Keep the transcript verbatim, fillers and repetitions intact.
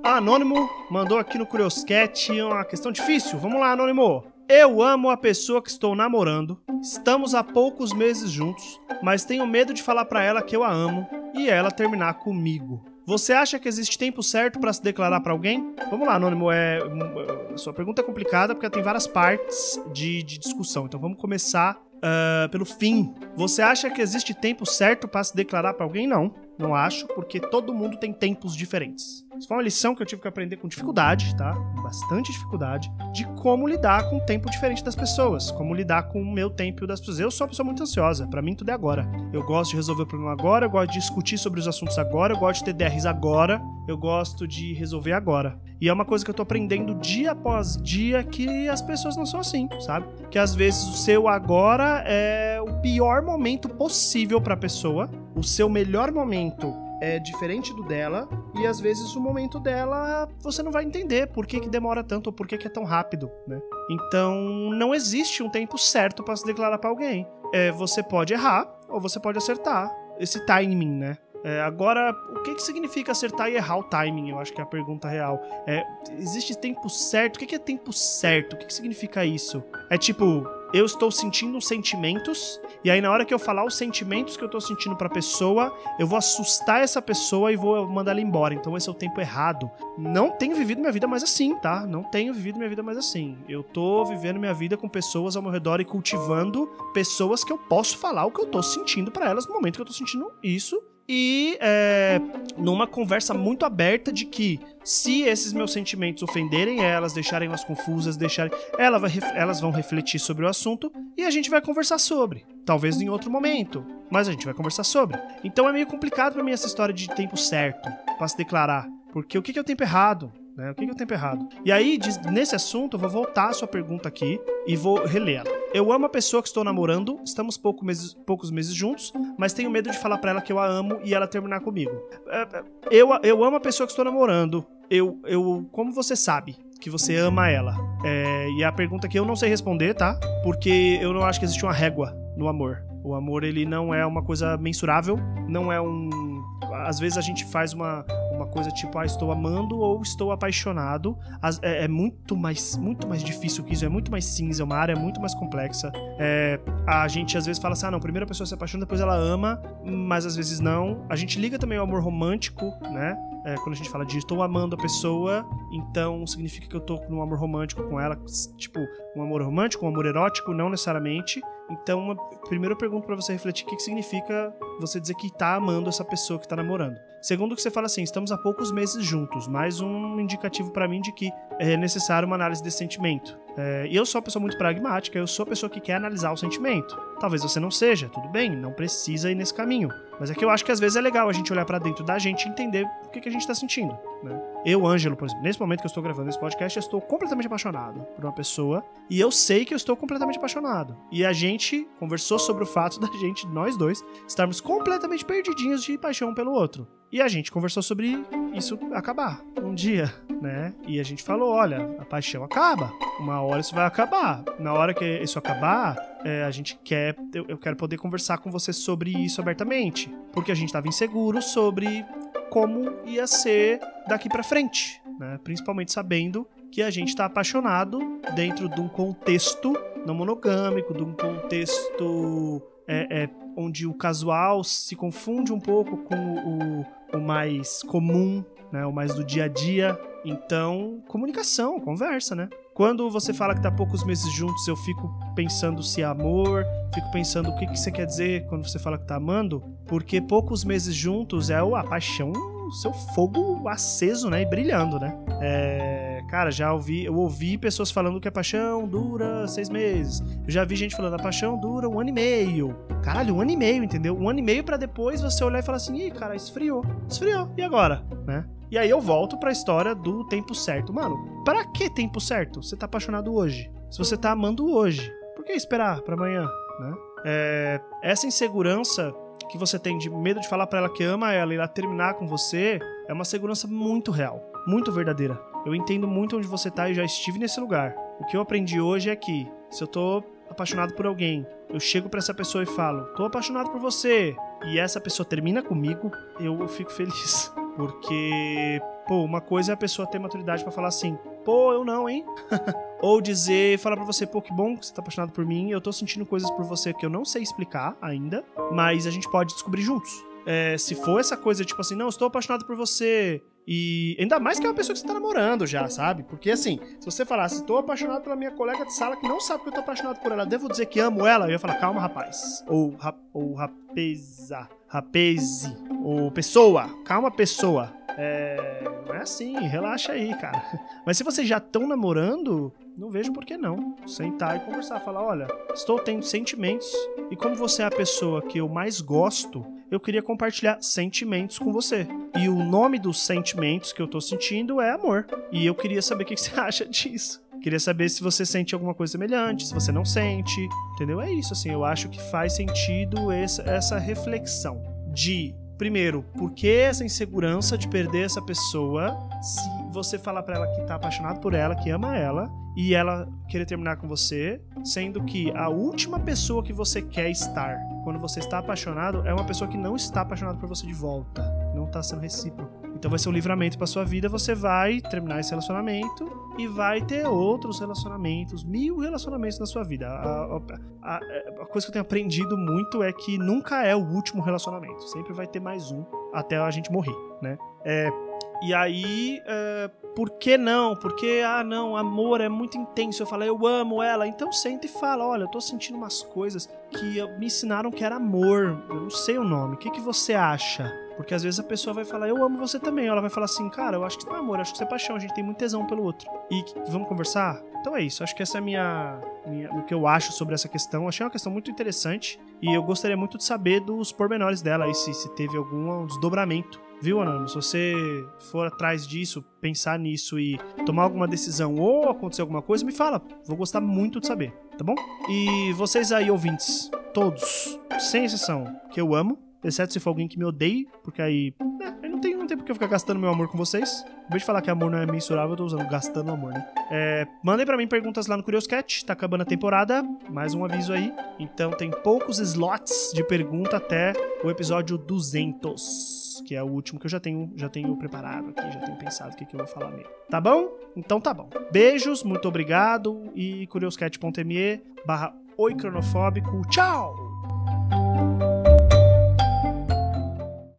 Anônimo mandou aqui no Curioscat uma questão difícil. Vamos lá, Anônimo. Eu amo a pessoa que estou namorando, estamos há poucos meses juntos, mas tenho medo de falar pra ela que eu a amo e ela terminar comigo. Você acha que existe tempo certo pra se declarar pra alguém? Vamos lá, Anônimo, é... sua pergunta é complicada porque ela tem várias partes de, de discussão, então vamos começar uh, pelo fim. Você acha que existe tempo certo pra se declarar pra alguém? Não, não acho, porque todo mundo tem tempos diferentes. Isso foi uma lição que eu tive que aprender com dificuldade, tá? Bastante dificuldade, de como lidar com o tempo diferente das pessoas, como lidar com o meu tempo e o das pessoas. Eu sou uma pessoa muito ansiosa, pra mim tudo é agora. Eu gosto de resolver o problema agora, eu gosto de discutir sobre os assuntos agora, eu gosto de ter D Rs agora, eu gosto de resolver agora. E é uma coisa que eu tô aprendendo dia após dia, que as pessoas não são assim, sabe? Que às vezes o seu agora é o pior momento possível pra pessoa, o seu melhor momento é diferente do dela, e às vezes o momento dela você não vai entender por que que demora tanto ou por que que é tão rápido, né? Então não existe um tempo certo pra se declarar pra alguém. É, você pode errar ou você pode acertar esse timing, né? É, agora, o que que significa acertar e errar o timing? Eu acho que é a pergunta real. É, existe tempo certo? O que que é tempo certo? O que que significa isso? É tipo, eu estou sentindo sentimentos, e aí na hora que eu falar os sentimentos que eu tô sentindo pra pessoa, eu vou assustar essa pessoa e vou mandar ela embora. Então esse é o tempo errado. Não tenho vivido minha vida mais assim, tá? Não tenho vivido minha vida mais assim. Eu tô vivendo minha vida com pessoas ao meu redor e cultivando pessoas que eu posso falar o que eu tô sentindo pra elas no momento que eu tô sentindo isso. E é, numa conversa muito aberta de que se esses meus sentimentos ofenderem elas, deixarem elas confusas, deixarem, ela vai, elas vão refletir sobre o assunto e a gente vai conversar sobre. Talvez em outro momento, mas a gente vai conversar sobre. Então é meio complicado pra mim essa história de tempo certo pra se declarar. Porque o que é o tempo errado? Né? O que é o tempo errado? E aí, nesse assunto, eu vou voltar a sua pergunta aqui e vou relê-la. Eu amo a pessoa que estou namorando, estamos pouco meses, poucos meses juntos, mas tenho medo de falar pra ela que eu a amo e ela terminar comigo. Eu, eu amo a pessoa que estou namorando. Eu, eu, como você sabe que você ama ela? É, e a pergunta que eu não sei responder, tá? Porque eu não acho que existe uma régua no amor. O amor, ele não é uma coisa mensurável, não é um... Às vezes a gente faz uma, uma coisa tipo, ah, estou amando ou estou apaixonado. É, é muito mais, muito mais difícil que isso, é muito mais cinza, é uma área muito mais complexa. É, a gente às vezes fala assim, ah, não, primeiro a pessoa se apaixona, depois ela ama, mas às vezes não. A gente liga também ao amor romântico, né? É, quando a gente fala de estou amando a pessoa, então significa que eu tô num amor romântico com ela, tipo, um amor romântico, um amor erótico, não necessariamente. Então, uma, primeiro eu pergunto pra você refletir o que, que significa você dizer que tá amando essa pessoa que tá namorando. Segundo, que você fala assim, estamos há poucos meses juntos, mais um indicativo pra mim de que é necessário uma análise desse sentimento. É, e eu sou uma pessoa muito pragmática, eu sou a pessoa que quer analisar o sentimento. Talvez você não seja, tudo bem, não precisa ir nesse caminho. Mas é que eu acho que às vezes é legal a gente olhar pra dentro da gente e entender o que, que a gente tá sentindo, né? Eu, Ângelo, por exemplo, nesse momento que eu estou gravando esse podcast, eu estou completamente apaixonado por uma pessoa e eu sei que eu estou completamente apaixonado. E a gente conversou sobre o fato da gente, nós dois, estarmos completamente perdidinhos de paixão pelo outro. E a gente conversou sobre isso acabar um dia, né? E a gente falou, olha, a paixão acaba. Uma hora isso vai acabar. Na hora que isso acabar, é, a gente quer... Eu, eu quero poder conversar com você sobre isso abertamente. Porque a gente estava inseguro sobre como ia ser daqui pra frente, né? Principalmente sabendo que a gente tá apaixonado dentro de um contexto não monogâmico, de um contexto é, é, onde o casual se confunde um pouco com o, o mais comum, né? O mais do dia a dia. Então, comunicação, conversa, né? Quando você fala que tá poucos meses juntos, eu fico pensando se é amor, fico pensando o que, que você quer dizer quando você fala que tá amando, porque poucos meses juntos é a paixão, o seu fogo aceso, né, e brilhando, né? É, cara, já ouvi, eu ouvi pessoas falando que a paixão dura seis meses. Eu já vi gente falando que a paixão dura um ano e meio. Caralho, um ano e meio, entendeu? Um ano e meio pra depois você olhar e falar assim, ih, cara, esfriou, esfriou, e agora, né? E aí eu volto pra história do tempo certo. Mano, pra que tempo certo? Você tá apaixonado hoje. Se você tá amando hoje, por que esperar pra amanhã, né? É, essa insegurança que você tem de medo de falar pra ela que ama ela e ela terminar com você é uma segurança muito real, muito verdadeira. Eu entendo muito onde você tá e já estive nesse lugar. O que eu aprendi hoje é que se eu tô apaixonado por alguém, eu chego pra essa pessoa e falo, tô apaixonado por você, e essa pessoa termina comigo, eu fico feliz. Porque Pô, uma coisa é a pessoa ter maturidade pra falar assim, pô, eu não, hein? Ou dizer, falar pra você, pô, que bom que você tá apaixonado por mim, eu tô sentindo coisas por você que eu não sei explicar ainda, mas a gente pode descobrir juntos. É, se for essa coisa, tipo assim, não, estou apaixonado por você, e ainda mais que é uma pessoa que você tá namorando já, sabe? Porque assim, se você falasse, estou apaixonado pela minha colega de sala que não sabe que eu tô apaixonado por ela, devo dizer que amo ela, eu ia falar, calma, rapaz. Ou, rap, ou rapeza, rapeze, ou pessoa, calma, pessoa. É, não é assim, relaxa aí, cara. Mas se vocês já estão namorando, não vejo por que não. Sentar e conversar, falar, olha, estou tendo sentimentos e como você é a pessoa que eu mais gosto, eu queria compartilhar sentimentos com você. E o nome dos sentimentos que eu tô sentindo é amor. E eu queria saber o que você acha disso. Queria saber se você sente alguma coisa semelhante, se você não sente, entendeu? É isso, assim, eu acho que faz sentido essa, essa reflexão de... Primeiro, por que essa insegurança de perder essa pessoa se você falar pra ela que tá apaixonado por ela, que ama ela, e ela querer terminar com você, sendo que a última pessoa que você quer estar quando você está apaixonado é uma pessoa que não está apaixonada por você de volta, que não tá sendo recíproco. Então vai ser um livramento pra sua vida, você vai terminar esse relacionamento e vai ter outros relacionamentos, mil relacionamentos na sua vida. A, a, a, a coisa que eu tenho aprendido muito é que nunca é o último relacionamento, sempre vai ter mais um até a gente morrer, né? É, e aí, é, por que não? Porque, ah não, amor é muito intenso, eu falo, eu amo ela, então senta e fala, olha, eu tô sentindo umas coisas que me ensinaram que era amor, eu não sei o nome, o que, que você acha? Porque às vezes a pessoa vai falar, eu amo você também. Ela vai falar assim, cara, eu acho que isso não é amor, eu acho que isso é paixão, a gente tem muito tesão pelo outro. E vamos conversar? Então é isso, acho que essa é a minha, minha, o que eu acho sobre essa questão. Eu achei uma questão muito interessante e eu gostaria muito de saber dos pormenores dela, aí, se, se teve algum desdobramento. Viu, Anônimo? Se você for atrás disso, pensar nisso e tomar alguma decisão ou acontecer alguma coisa, me fala. Vou gostar muito de saber, tá bom? E vocês aí, ouvintes, todos, sem exceção, que eu amo, exceto se for alguém que me odeie, porque aí, né, não tem, não tem porque eu ficar gastando meu amor com vocês. Acabei de falar que amor não é mensurável, eu tô usando gastando amor, né? É, mandem pra mim perguntas lá no Curioscat, tá acabando a temporada, mais um aviso aí. Então tem poucos slots de pergunta até o episódio duzentos, que é o último que eu já tenho, já tenho preparado aqui, já tenho pensado o que, que eu vou falar mesmo. Tá bom? Então tá bom. Beijos, muito obrigado e curioscat ponto me barra oi cronofóbico. Tchau!